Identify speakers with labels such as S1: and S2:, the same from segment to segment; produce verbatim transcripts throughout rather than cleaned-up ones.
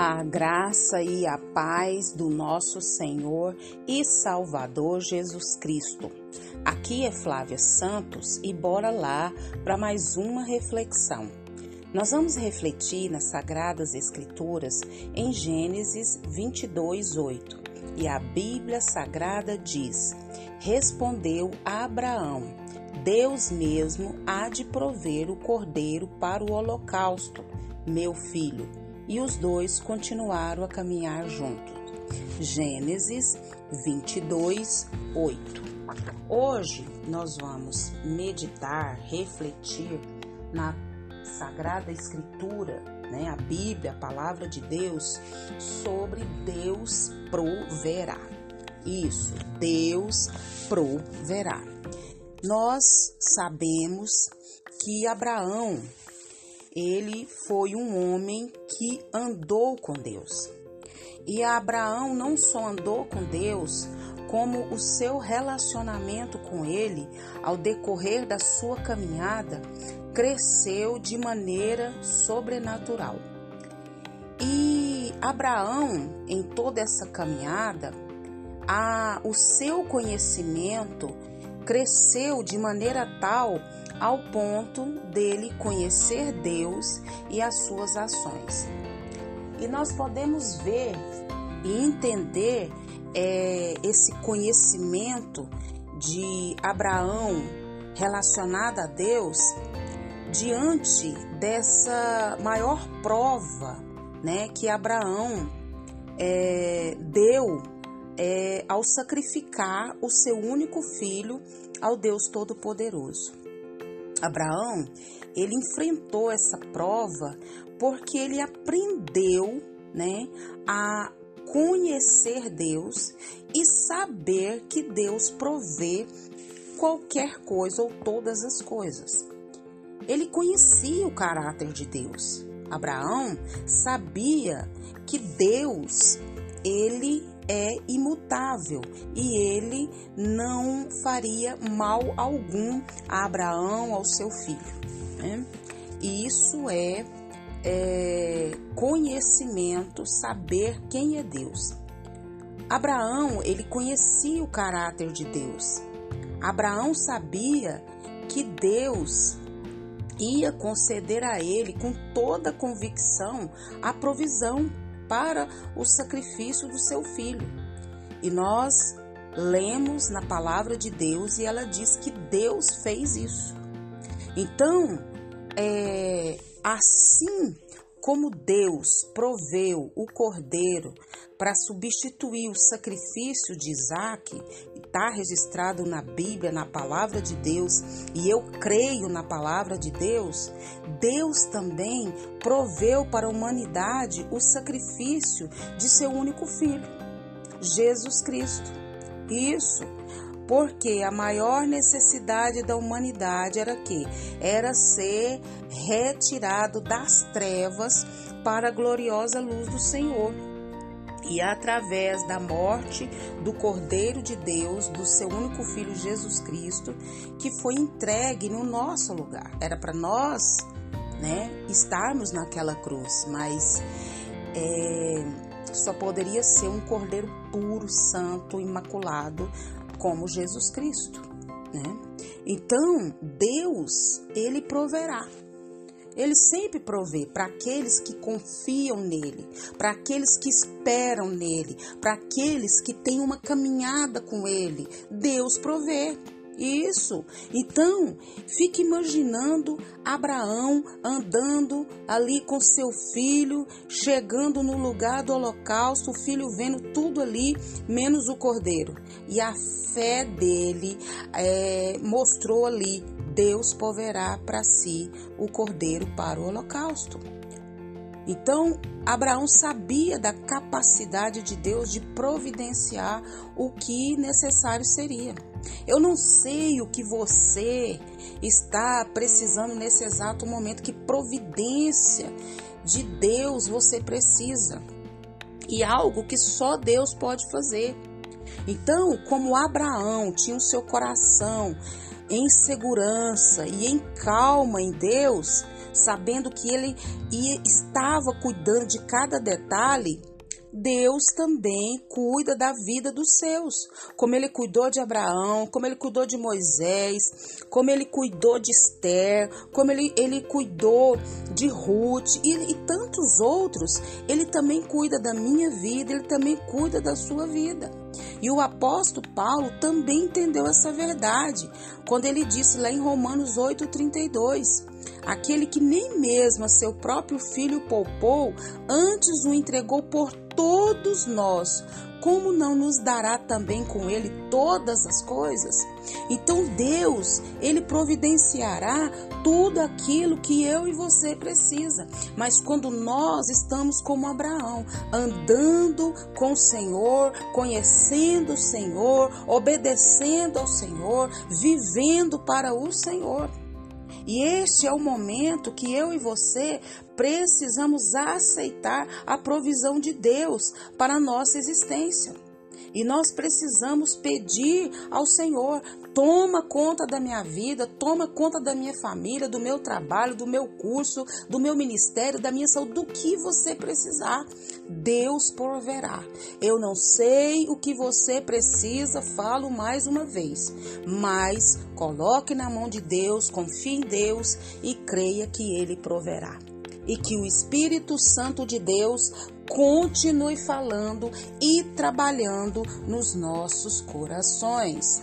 S1: A graça e a paz do nosso Senhor e Salvador Jesus Cristo. Aqui é Flávia Santos e bora lá para mais uma reflexão. Nós vamos refletir nas Sagradas Escrituras em Gênesis vinte e dois, oito. E a Bíblia Sagrada diz: respondeu a Abraão: Deus mesmo há de prover o cordeiro para o holocausto, meu filho. E os dois continuaram a caminhar juntos. Gênesis vinte e dois, oito. Hoje nós vamos meditar, refletir na Sagrada Escritura, né, a Bíblia, a Palavra de Deus, sobre Deus proverá. Isso, Deus proverá. Nós sabemos que Abraão, ele foi um homem que andou com Deus. E Abraão não só andou com Deus, como o seu relacionamento com ele, ao decorrer da sua caminhada, cresceu de maneira sobrenatural. E Abraão, em toda essa caminhada, a, o seu conhecimento cresceu de maneira tal ao ponto dele conhecer Deus e as suas ações. E nós podemos ver e entender é, esse conhecimento de Abraão relacionado a Deus diante dessa maior prova, né, que Abraão é, deu é, ao sacrificar o seu único filho ao Deus Todo-Poderoso. Abraão, ele enfrentou essa prova porque ele aprendeu, né, a conhecer Deus e saber que Deus provê qualquer coisa ou todas as coisas. Ele conhecia o caráter de Deus. Abraão sabia que Deus, ele é imutável e ele não faria mal algum a Abraão, ao seu filho, né? E isso é, é conhecimento, saber quem é Deus. Abraão, ele conhecia o caráter de Deus. Abraão sabia que Deus ia conceder a ele, com toda a convicção, a provisão para o sacrifício do seu filho. E nós lemos na palavra de Deus e ela diz que Deus fez isso. Então, é, assim como Deus proveu o cordeiro para substituir o sacrifício de Isaque, está registrado na Bíblia, na palavra de Deus, e eu creio na palavra de Deus, Deus também proveu para a humanidade o sacrifício de seu único filho, Jesus Cristo. Isso porque a maior necessidade da humanidade era que era ser retirado das trevas para a gloriosa luz do Senhor. E através da morte do Cordeiro de Deus, do seu único Filho Jesus Cristo, que foi entregue no nosso lugar. Era para nós, né, estarmos naquela cruz, mas é, só poderia ser um Cordeiro puro, santo, imaculado, como Jesus Cristo, né? Então, Deus, ele proverá. Ele sempre provê para aqueles que confiam nele, para aqueles que esperam nele, para aqueles que têm uma caminhada com ele. Deus provê. Isso. Então, fique imaginando Abraão andando ali com seu filho, chegando no lugar do holocausto, o filho vendo tudo ali, menos o cordeiro. E a fé dele é, mostrou ali: Deus proverá para si o cordeiro para o holocausto. Então, Abraão sabia da capacidade de Deus de providenciar o que necessário seria. Eu não sei o que você está precisando nesse exato momento, que providência de Deus você precisa. E algo que só Deus pode fazer. Então, como Abraão tinha o seu coração em segurança e em calma em Deus, sabendo que ele ia, estava cuidando de cada detalhe, Deus também cuida da vida dos seus, como ele cuidou de Abraão, como ele cuidou de Moisés, como ele cuidou de Esther, como ele, ele cuidou de Ruth e, e tantos outros. Ele também cuida da minha vida, ele também cuida da sua vida. E o apóstolo Paulo também entendeu essa verdade, quando ele disse lá em Romanos oito, trinta e dois, aquele que nem mesmo a seu próprio filho poupou, antes o entregou por todos nós, como não nos dará também com ele todas as coisas? Então Deus, ele providenciará tudo aquilo que eu e você precisa. Mas quando nós estamos como Abraão, andando com o Senhor, conhecendo o Senhor, obedecendo ao Senhor, vivendo para o Senhor. E este é o momento que eu e você precisamos aceitar a provisão de Deus para a nossa existência. E nós precisamos pedir ao Senhor, toma conta da minha vida, toma conta da minha família, do meu trabalho, do meu curso, do meu ministério, da minha saúde, do que você precisar. Deus proverá. Eu não sei o que você precisa, falo mais uma vez, mas coloque na mão de Deus, confie em Deus e creia que Ele proverá. E que o Espírito Santo de Deus continue falando e trabalhando nos nossos corações.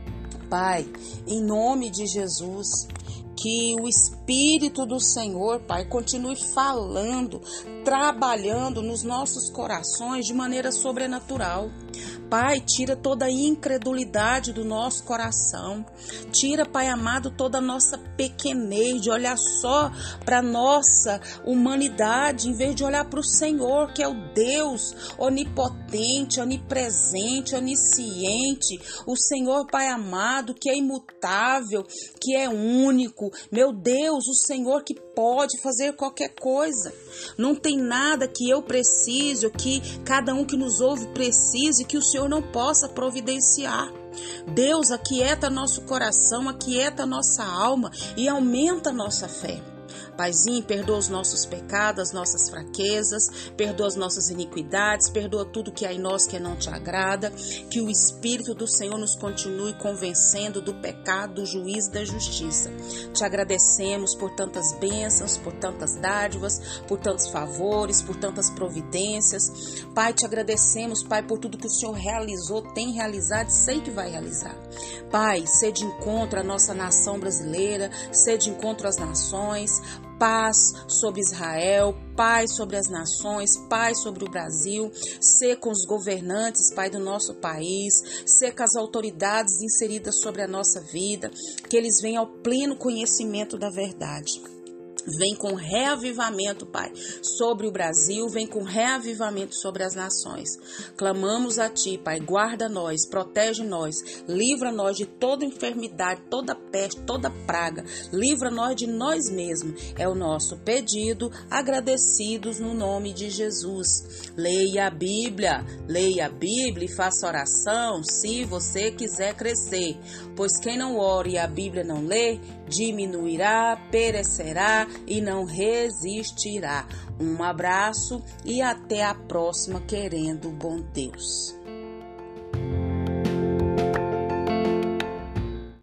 S1: Pai, em nome de Jesus, que o Espírito do Senhor, Pai, continue falando, trabalhando nos nossos corações de maneira sobrenatural. Pai, tira toda a incredulidade do nosso coração. Tira, Pai amado, toda a nossa pequenez de olhar só para a nossa humanidade, em vez de olhar para o Senhor, que é o Deus onipotente, onipresente, onisciente. O Senhor, Pai amado, que é imutável, que é único. Meu Deus, o Senhor que pode fazer qualquer coisa. Não tem nada que eu precise, ou que cada um que nos ouve precise, que o Senhor não possa providenciar. Deus, aquieta nosso coração, aquieta nossa alma e aumenta a nossa fé. Paizinho, perdoa os nossos pecados, as nossas fraquezas, perdoa as nossas iniquidades, perdoa tudo que há em nós que não te agrada, que o Espírito do Senhor nos continue convencendo do pecado, do juízo e da justiça. Te agradecemos por tantas bênçãos, por tantas dádivas, por tantos favores, por tantas providências. Pai, te agradecemos, Pai, por tudo que o Senhor realizou, tem realizado e sei que vai realizar. Pai, sê de encontro à nossa nação brasileira, sê de encontro às nações, paz sobre Israel, paz sobre as nações, paz sobre o Brasil, sê com os governantes, Pai, do nosso país, sê com as autoridades inseridas sobre a nossa vida, que eles venham ao pleno conhecimento da verdade. Vem com reavivamento, Pai, sobre o Brasil, vem com reavivamento sobre as nações. Clamamos a Ti, Pai, guarda nós, protege nós, livra nós de toda enfermidade, toda peste, toda praga, livra nós de nós mesmos. É o nosso pedido, agradecidos no nome de Jesus. Leia a Bíblia, leia a Bíblia e faça oração se você quiser crescer, pois quem não ora e a Bíblia não lê, diminuirá, perecerá e não resistirá. Um abraço e até a próxima, querendo o bom Deus.